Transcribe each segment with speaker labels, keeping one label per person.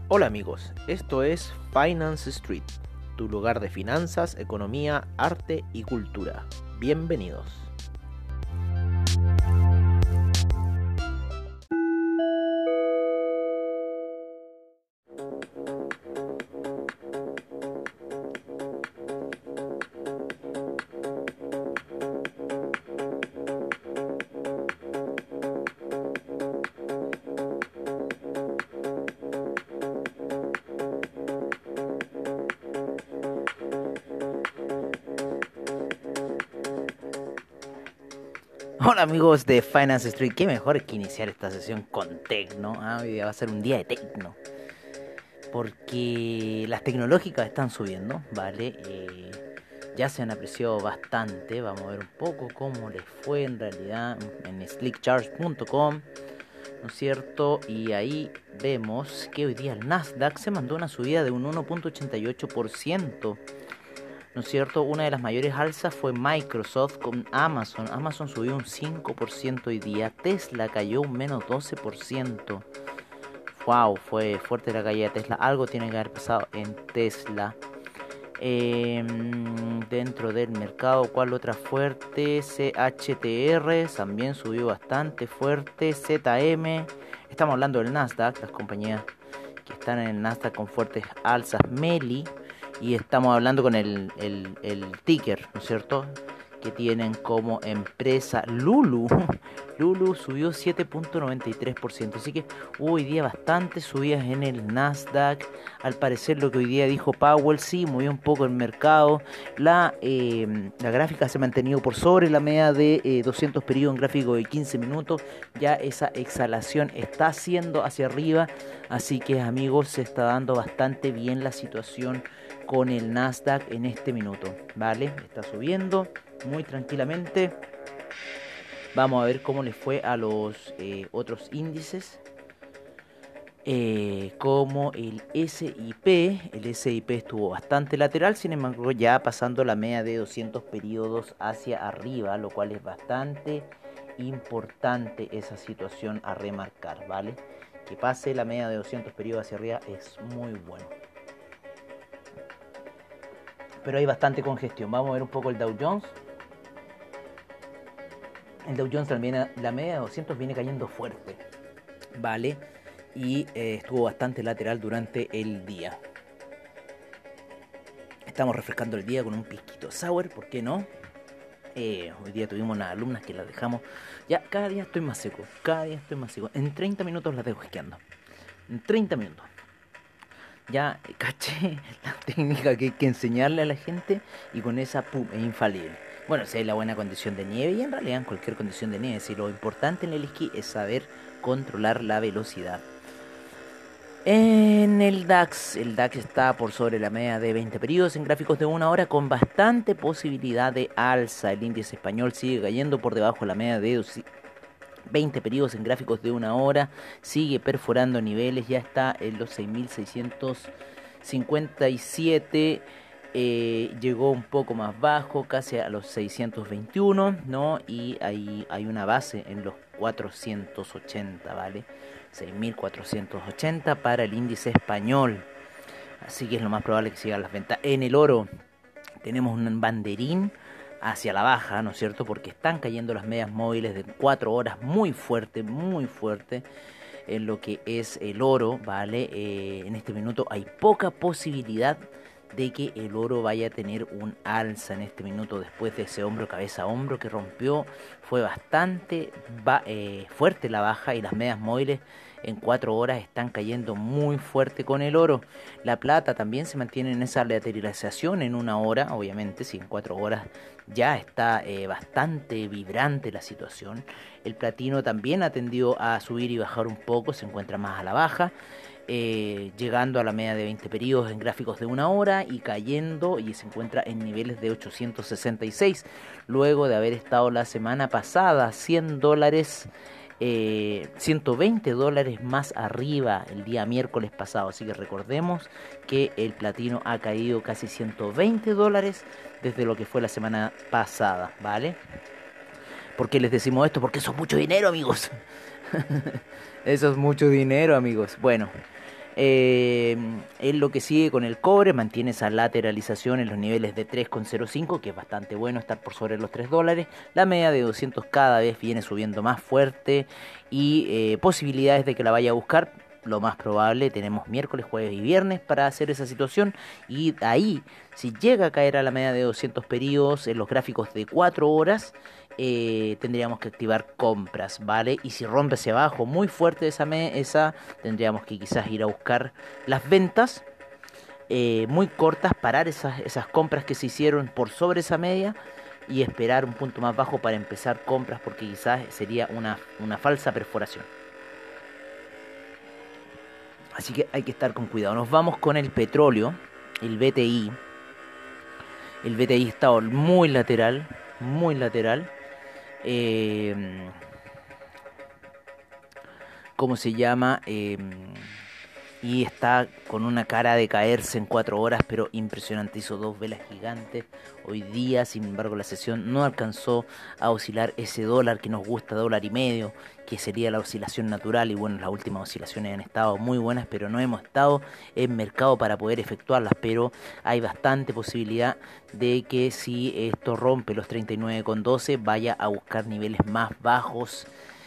Speaker 1: Hola amigos, esto es Finance Street, tu lugar de finanzas, economía, arte y cultura. Bienvenidos. Hola amigos de Finance Street, qué mejor que iniciar esta sesión con tecno. Hoy día va a ser un día de tecno, porque las tecnológicas están subiendo, ¿vale? Ya se han apreciado bastante. Vamos a ver un poco cómo les fue en realidad en slickcharts.com, ¿no es cierto? Y ahí vemos que hoy día el Nasdaq se mandó una subida de un 1.88%. ¿No es cierto? Una de las mayores alzas fue Microsoft con Amazon. Amazon subió un 5% hoy día. Tesla cayó un menos 12%. Wow, fue fuerte la caída de Tesla. Algo tiene que haber pasado en Tesla. Dentro del mercado, ¿cuál otra fuerte? CHTR también subió bastante fuerte. ZM. Estamos hablando del Nasdaq, las compañías que están en el Nasdaq con fuertes alzas. Meli. Y estamos hablando con el ticker, ¿no es cierto? Que tienen como empresa Lulu. Lulu subió 7.93%. Así que hubo hoy día bastantes subidas en el Nasdaq. Al parecer lo que hoy día dijo Powell sí movió un poco el mercado. La gráfica se ha mantenido por sobre la media de 200 periodos en gráfico de 15 minutos. Ya esa exhalación está haciendo hacia arriba. Así que amigos, se está dando bastante bien la situación con el Nasdaq en este minuto, ¿vale? Está subiendo muy tranquilamente. Vamos a ver cómo les fue a los otros índices. Como el S&P. El S&P estuvo bastante lateral, sin embargo ya pasando la media de 200 periodos hacia arriba, lo cual es bastante importante esa situación a remarcar, ¿vale? Que pase la media de 200 periodos hacia arriba es muy bueno. Pero hay bastante congestión. Vamos a ver un poco el Dow Jones. El Dow Jones también, la media de 200 viene cayendo fuerte, ¿vale? Y estuvo bastante lateral durante el día. Estamos refrescando el día con un pisquito sour, ¿por qué no? Hoy día tuvimos unas alumnas que las dejamos. Ya, cada día estoy más seco. En 30 minutos las dejo esquiando. En 30 minutos. Ya caché la técnica que hay que enseñarle a la gente y con esa, pum, es infalible. Bueno, si hay la buena condición de nieve y en realidad en cualquier condición de nieve, si lo importante en el esquí es saber controlar la velocidad. En el DAX está por sobre la media de 20 periodos en gráficos de una hora con bastante posibilidad de alza. El índice español sigue cayendo por debajo de la media de 20 periodos en gráficos de una hora, sigue perforando niveles, ya está en los 6.657, llegó un poco más bajo, casi a los 621, ¿no? Y ahí hay una base en los 480, ¿vale? 6.480 para el índice español, así que es lo más probable que sigan las ventas. En el oro tenemos un banderín hacia la baja, ¿no es cierto? Porque están cayendo las medias móviles de 4 horas muy fuerte en lo que es el oro, ¿vale? En este minuto hay poca posibilidad de que el oro vaya a tener un alza en este minuto después de ese hombro cabeza a hombro que rompió. Fue bastante fuerte la baja y las medias móviles en 4 horas están cayendo muy fuerte con el oro. La plata también se mantiene en esa lateralización en una hora, obviamente, si en 4 horas ya está bastante vibrante la situación. El platino también ha tendido a subir y bajar un poco, se encuentra más a la baja. Llegando a la media de 20 periodos en gráficos de una hora y cayendo y se encuentra en niveles de 866 luego de haber estado la semana pasada $100 $120 más arriba el día miércoles pasado. Así que recordemos que el platino ha caído casi $120 desde lo que fue la semana pasada, ¿vale? ¿Por qué les decimos esto? Porque eso es mucho dinero, amigos. Eso es mucho dinero, amigos. Bueno, Es lo que sigue con el cobre, mantiene esa lateralización en los niveles de 3,05, que es bastante bueno estar por sobre los $3. La media de 200 cada vez viene subiendo más fuerte y posibilidades de que la vaya a buscar. Lo más probable, tenemos miércoles, jueves y viernes para hacer esa situación. Y ahí, si llega a caer a la media de 200 periodos en los gráficos de 4 horas, tendríamos que activar compras, ¿vale? Y si rompe hacia abajo muy fuerte esa, tendríamos que quizás ir a buscar las ventas muy cortas, parar esas compras que se hicieron por sobre esa media y esperar un punto más bajo para empezar compras, porque quizás sería una falsa perforación. Así que hay que estar con cuidado. Nos vamos con el petróleo, el BTI. El BTI está muy lateral, muy lateral. ¿Cómo se llama? Y está con una cara de caerse en 4 horas, pero impresionante. Hizo 2 velas gigantes hoy día. Sin embargo, la sesión no alcanzó a oscilar ese dólar que nos gusta, $1.50, que sería la oscilación natural. Y bueno, las últimas oscilaciones han estado muy buenas, pero no hemos estado en mercado para poder efectuarlas. Pero hay bastante posibilidad de que si esto rompe los 39,12, vaya a buscar niveles más bajos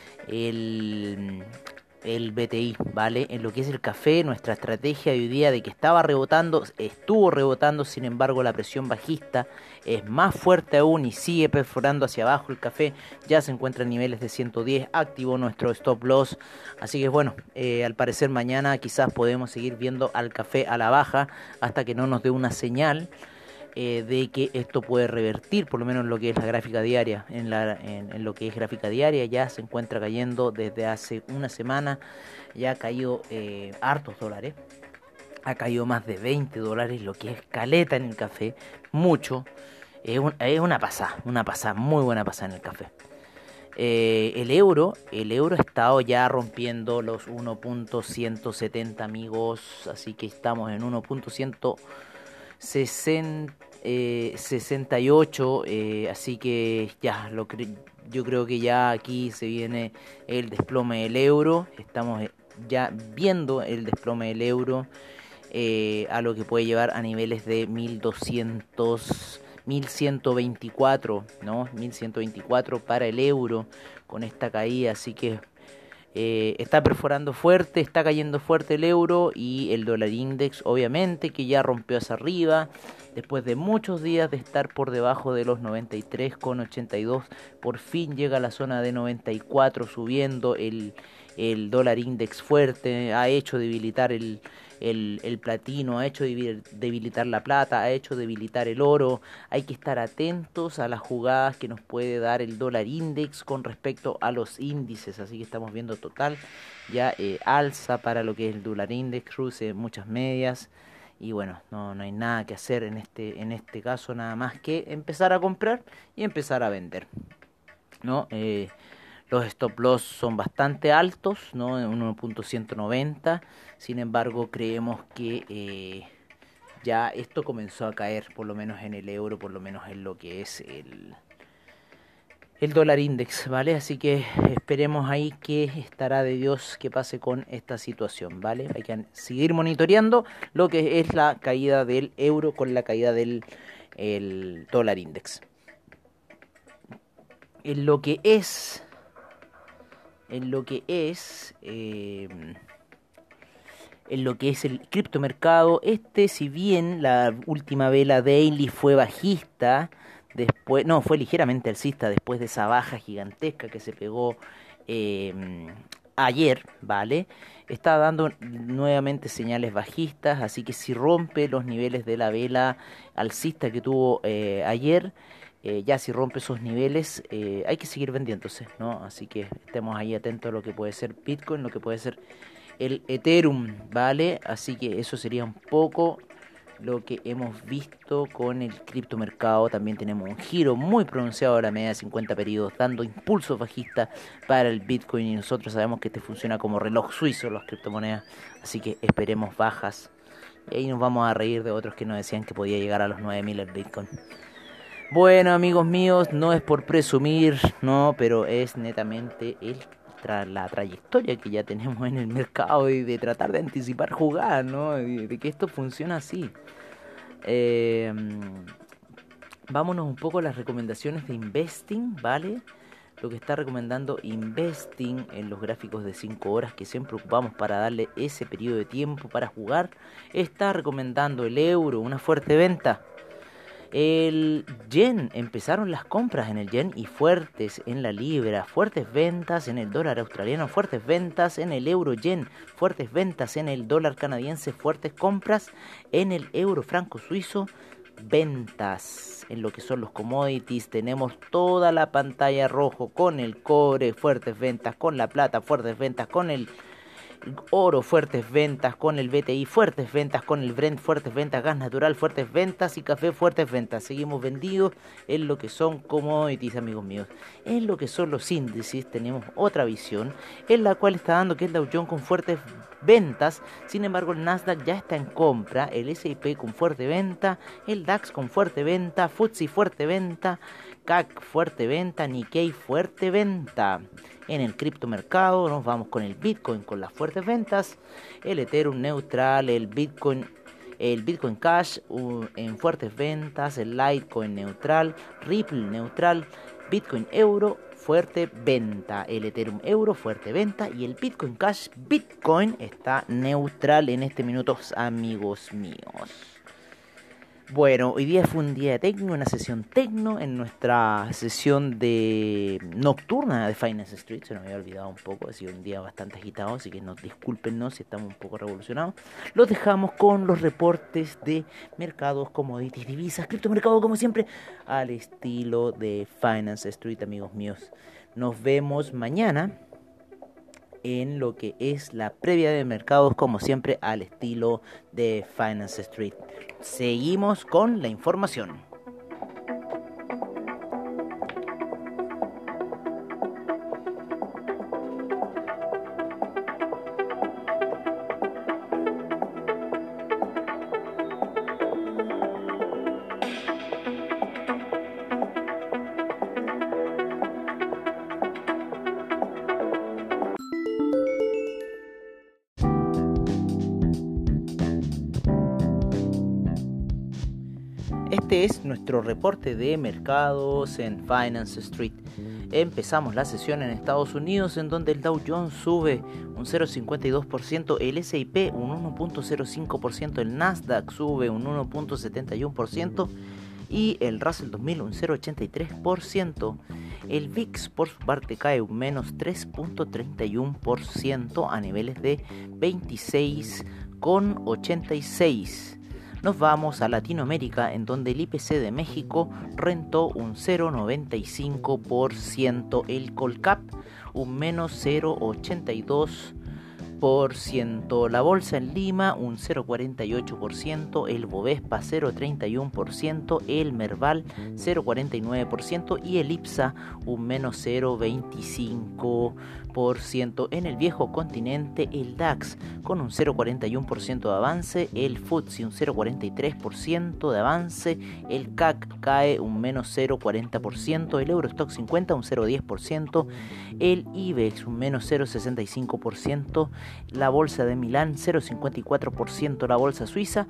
Speaker 1: el BTI, ¿vale? En lo que es el café, nuestra estrategia de hoy día de que estuvo rebotando, sin embargo la presión bajista es más fuerte aún y sigue perforando hacia abajo el café, ya se encuentra en niveles de 110, activó nuestro stop loss, así que bueno, al parecer mañana quizás podemos seguir viendo al café a la baja hasta que no nos dé una señal de que esto puede revertir, por lo menos en lo que es la gráfica diaria. En lo que es gráfica diaria ya se encuentra cayendo desde hace una semana, ya ha caído hartos dólares, ha caído más de $20, lo que es caleta en el café, mucho. Es una pasada, muy buena pasada en el café. El euro ha estado ya rompiendo los 1.170, amigos, así que estamos en 1.168, así que ya yo creo que ya aquí se viene el desplome del euro. Estamos ya viendo el desplome del euro, a lo que puede llevar a niveles de 1200, 1124, ¿no? 1124 para el euro con esta caída, así que está perforando fuerte, está cayendo fuerte el euro y el dólar index, obviamente, que ya rompió hacia arriba después de muchos días de estar por debajo de los 93,82. Por fin llega a la zona de 94, subiendo el dólar index fuerte, ha hecho debilitar el platino, ha hecho debilitar la plata, ha hecho debilitar el oro. Hay que estar atentos a las jugadas que nos puede dar el dólar index con respecto a los índices, así que estamos viendo total ya alza para lo que es el dólar index, cruce muchas medias. Y bueno, no hay nada que hacer en este caso, nada más que empezar a comprar y empezar a vender, ¿no? Los stop loss son bastante altos, ¿no? En 1.190. Sin embargo, creemos que ya esto comenzó a caer, por lo menos en el euro, por lo menos en lo que es el dólar index, ¿vale? Así que esperemos ahí que estará de Dios que pase con esta situación, ¿vale? Hay que seguir monitoreando lo que es la caída del euro con la caída del dólar index. En lo que es el criptomercado, si bien la última vela daily fue bajista, fue ligeramente alcista después de esa baja gigantesca que se pegó ayer, ¿vale? Está dando nuevamente señales bajistas, así que si rompe los niveles de la vela alcista que tuvo ayer, ya si rompe esos niveles, hay que seguir vendiéndose, ¿no? Así que estemos ahí atentos a lo que puede ser Bitcoin, lo que puede ser el Ethereum, ¿vale? Así que eso sería un poco lo que hemos visto con el criptomercado. También tenemos un giro muy pronunciado a la media de 50 periodos, dando impulsos bajistas para el Bitcoin, y nosotros sabemos que este funciona como reloj suizo, las criptomonedas, así que esperemos bajas. Y ahí nos vamos a reír de otros que nos decían que podía llegar a los 9.000 el Bitcoin. Bueno, amigos míos, no es por presumir, no, pero es netamente el la trayectoria que ya tenemos en el mercado y de tratar de anticipar jugadas, ¿no? De que esto funciona así. Eh, Vámonos un poco a las recomendaciones de Investing, ¿vale? Lo que está recomendando Investing en los gráficos de 5 horas que siempre ocupamos para darle ese periodo de tiempo para jugar. Está recomendando el euro, una fuerte venta. El yen, empezaron las compras en el yen y fuertes en la libra, fuertes ventas en el dólar australiano, fuertes ventas en el euro yen, fuertes ventas en el dólar canadiense, fuertes compras en el euro franco suizo, ventas en lo que son los commodities. Tenemos toda la pantalla rojo con el cobre, fuertes ventas con la plata, fuertes ventas con el oro, fuertes ventas con el BTI, fuertes ventas con el Brent, fuertes ventas, gas natural, fuertes ventas y café, fuertes ventas. Seguimos vendidos en lo que son commodities, amigos míos. En lo que son los índices tenemos otra visión en la cual está dando que el Dow Jones con fuertes ventas. Sin embargo, el Nasdaq ya está en compra, el S&P con fuerte venta, el DAX con fuerte venta, FTSE fuerte venta, CAC fuerte venta, Nikkei fuerte venta. En el criptomercado nos vamos con el Bitcoin con las fuertes ventas, el Ethereum neutral, el Bitcoin Cash en fuertes ventas, el Litecoin neutral, Ripple neutral, Bitcoin euro fuerte venta, el Ethereum euro fuerte venta y el Bitcoin Cash Bitcoin está neutral en este minuto, amigos míos. Bueno, hoy día fue un día de tecno, una sesión tecno en nuestra sesión de nocturna de Finance Street. Se nos había olvidado un poco, ha sido un día bastante agitado, así que discúlpenos si estamos un poco revolucionados. Los dejamos con los reportes de mercados, commodities, divisas, criptomercado, como siempre, al estilo de Finance Street, amigos míos. Nos vemos mañana en lo que es la previa de mercados, como siempre, al estilo de Finance Street. Seguimos con la información. Este es nuestro reporte de mercados en Finance Street. Empezamos la sesión en Estados Unidos, en donde el Dow Jones sube un 0,52%, el S&P un 1,05%, el Nasdaq sube un 1,71% y el Russell 2000 un 0,83%. El VIX por su parte cae un menos 3,31% a niveles de 26,86%. Nos vamos a Latinoamérica, en donde el IPC de México rentó un 0,95%, el Colcap un menos 0,82%, la bolsa en Lima un 0,48%, el Bovespa 0,31%, el Merval 0,49% y el IPSA un menos 0,25%. En el viejo continente, el DAX con un 0,41% de avance, el FTSE un 0,43% de avance, el CAC cae un menos 0,40%, el Eurostock 50 un 0,10%, el IBEX un menos 0,65%, la bolsa de Milán 0,54%, la bolsa suiza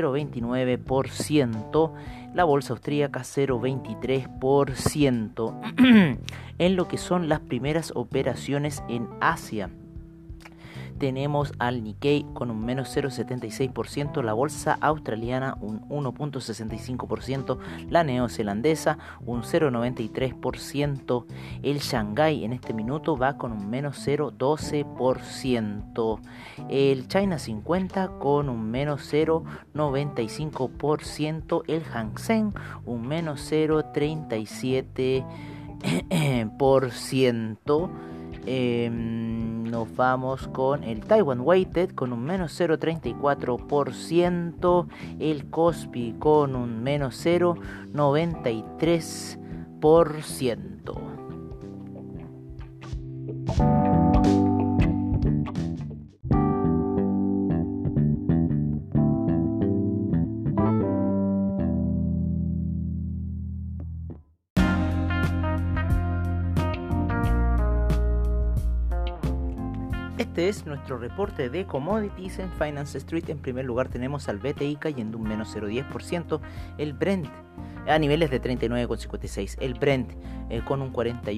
Speaker 1: 0,29%, la bolsa austríaca 0,23%. En lo que son las primeras operaciones en Asia, tenemos al Nikkei con un menos 0,76%, la bolsa australiana un 1,65%, la neozelandesa un 0,93%, el Shanghai en este minuto va con un menos 0,12%, el China 50 con un menos 0,95%, el Hang Seng un menos 0,37%. Nos vamos con el Taiwan Weighted con un menos 0,34%, el Kospi con un menos 0,93%. Este es nuestro reporte de commodities en Finance Street. En primer lugar tenemos al BTI cayendo un menos 0,10%, el Brent a niveles de 39,56, el Brent con un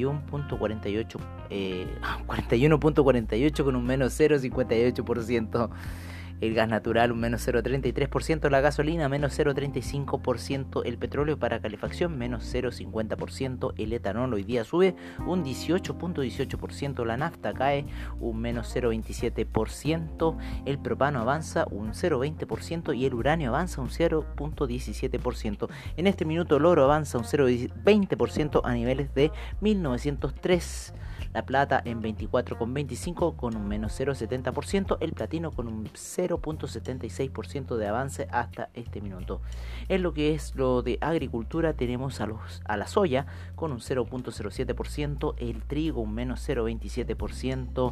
Speaker 1: 41.48 con un menos 0,58%. El gas natural un menos 0,33%, la gasolina menos 0,35%, el petróleo para calefacción menos 0,50%, el etanol hoy día sube un 18,18%, la nafta cae un menos 0,27%, el propano avanza un 0,20% y el uranio avanza un 0,17%. En este minuto el oro avanza un 0,20% a niveles de 1903. La plata en 24,25 con un menos 0,70%, el platino con un 0,76% de avance hasta este minuto. En lo que es lo de agricultura tenemos a la soya con un 0,07%, el trigo un menos 0,27%,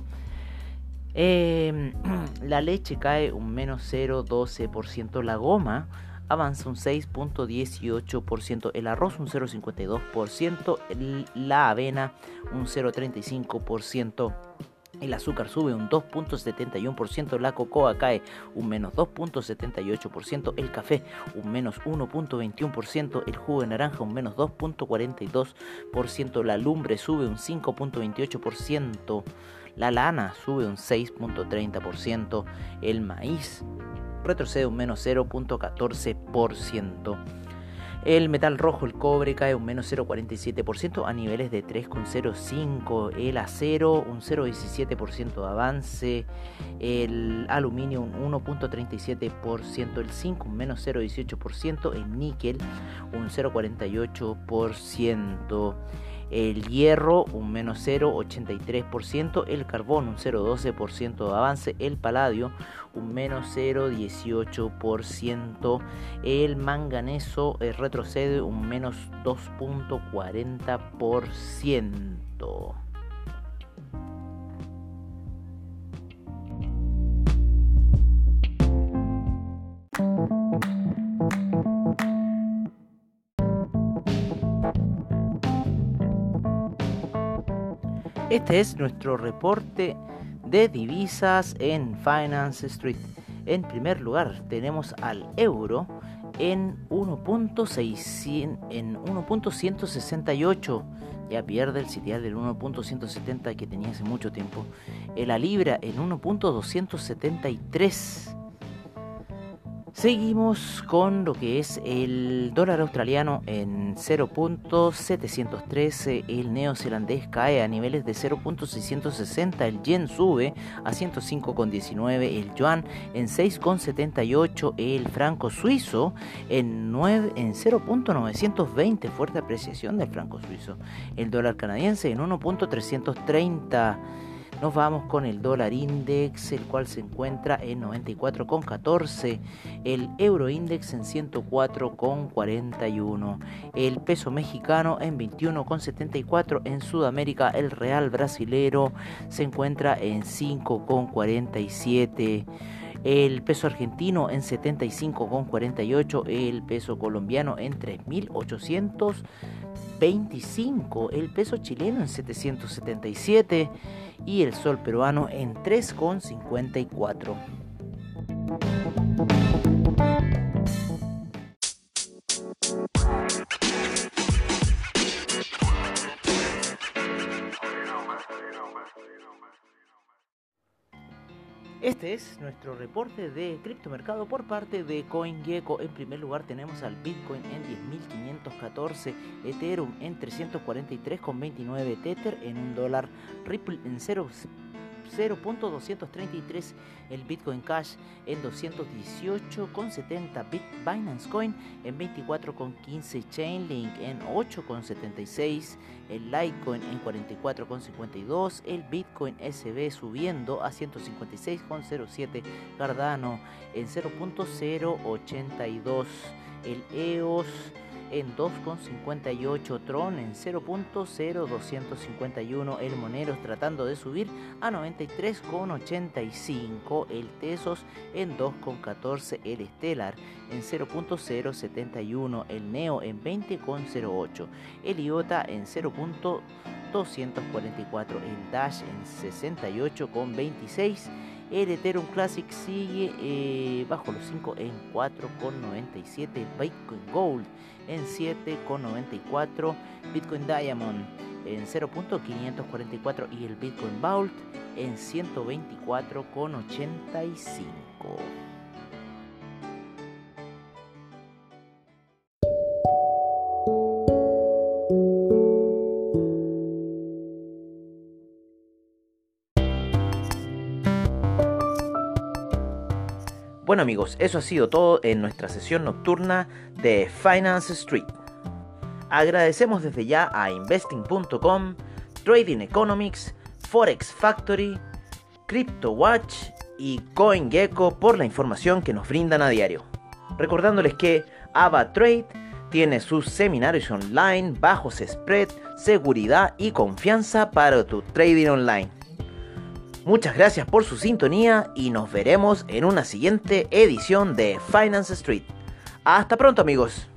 Speaker 1: la leche cae un menos 0,12%, la goma avanza un 6,18%, el arroz un 0,52%, la avena un 0,35%, el azúcar sube un 2,71%, la cocoa cae un menos 2,78%, el café un menos 1,21%, el jugo de naranja un menos 2,42%, la lumbre sube un 5,28%, la lana sube un 6,30%, el maíz retrocede un menos 0,14%. El metal rojo, el cobre, cae un menos 0,47% a niveles de 3,05%. El acero, un 0,17% de avance. El aluminio, un 1,37%. El zinc, un menos 0,18%. El níquel, un 0,48%. El hierro un menos 0,83%, el carbón un 0,12% de avance, el paladio un menos 0,18%, el manganeso retrocede un menos 2,40%. Este es nuestro reporte de divisas en Finance Street. En primer lugar tenemos al euro en 1.168. Ya pierde el sitial del 1.170 que tenía hace mucho tiempo. La libra en 1.273. Seguimos con lo que es el dólar australiano en 0.713, el neozelandés cae a niveles de 0.660, el yen sube a 105,19, el yuan en 6,78, el franco suizo en 0.920, fuerte apreciación del franco suizo, el dólar canadiense en 1.330. Nos vamos con el dólar index, el cual se encuentra en 94,14, el euro index en 104,41, el peso mexicano en 21,74, en Sudamérica el real brasilero se encuentra en 5,47, el peso argentino en 75,48, el peso colombiano en 3.825, el peso chileno en 777 y el sol peruano en 3,54. Este es nuestro reporte de criptomercado por parte de CoinGecko. En primer lugar tenemos al Bitcoin en 10.514, Ethereum en 343,29, Tether en $1, Ripple en 0.233, el Bitcoin Cash en 218,70, Binance Coin en 24,15, Chainlink en 8,76, el Litecoin en 44,52, el Bitcoin SB subiendo a 156,07, Cardano en 0.082, el EOS en 2,58, Tron en 0.0251, el Moneros tratando de subir a 93,85, el Tesos en 2,14, el Stellar en 0.071, el Neo en 20,08, el IOTA en 0.244, el Dash en 68,26, el Ethereum Classic sigue bajo los 5 en 4,97, Bitcoin Gold en 7,94, Bitcoin Diamond en 0.544 y el Bitcoin Vault en 124,85. Bueno amigos, eso ha sido todo en nuestra sesión nocturna de Finance Street. Agradecemos desde ya a Investing.com, Trading Economics, Forex Factory, CryptoWatch y CoinGecko por la información que nos brindan a diario. Recordándoles que AvaTrade tiene sus seminarios online, bajos spread, seguridad y confianza para tu trading online. Muchas gracias por su sintonía y nos veremos en una siguiente edición de Finance Street. Hasta pronto amigos.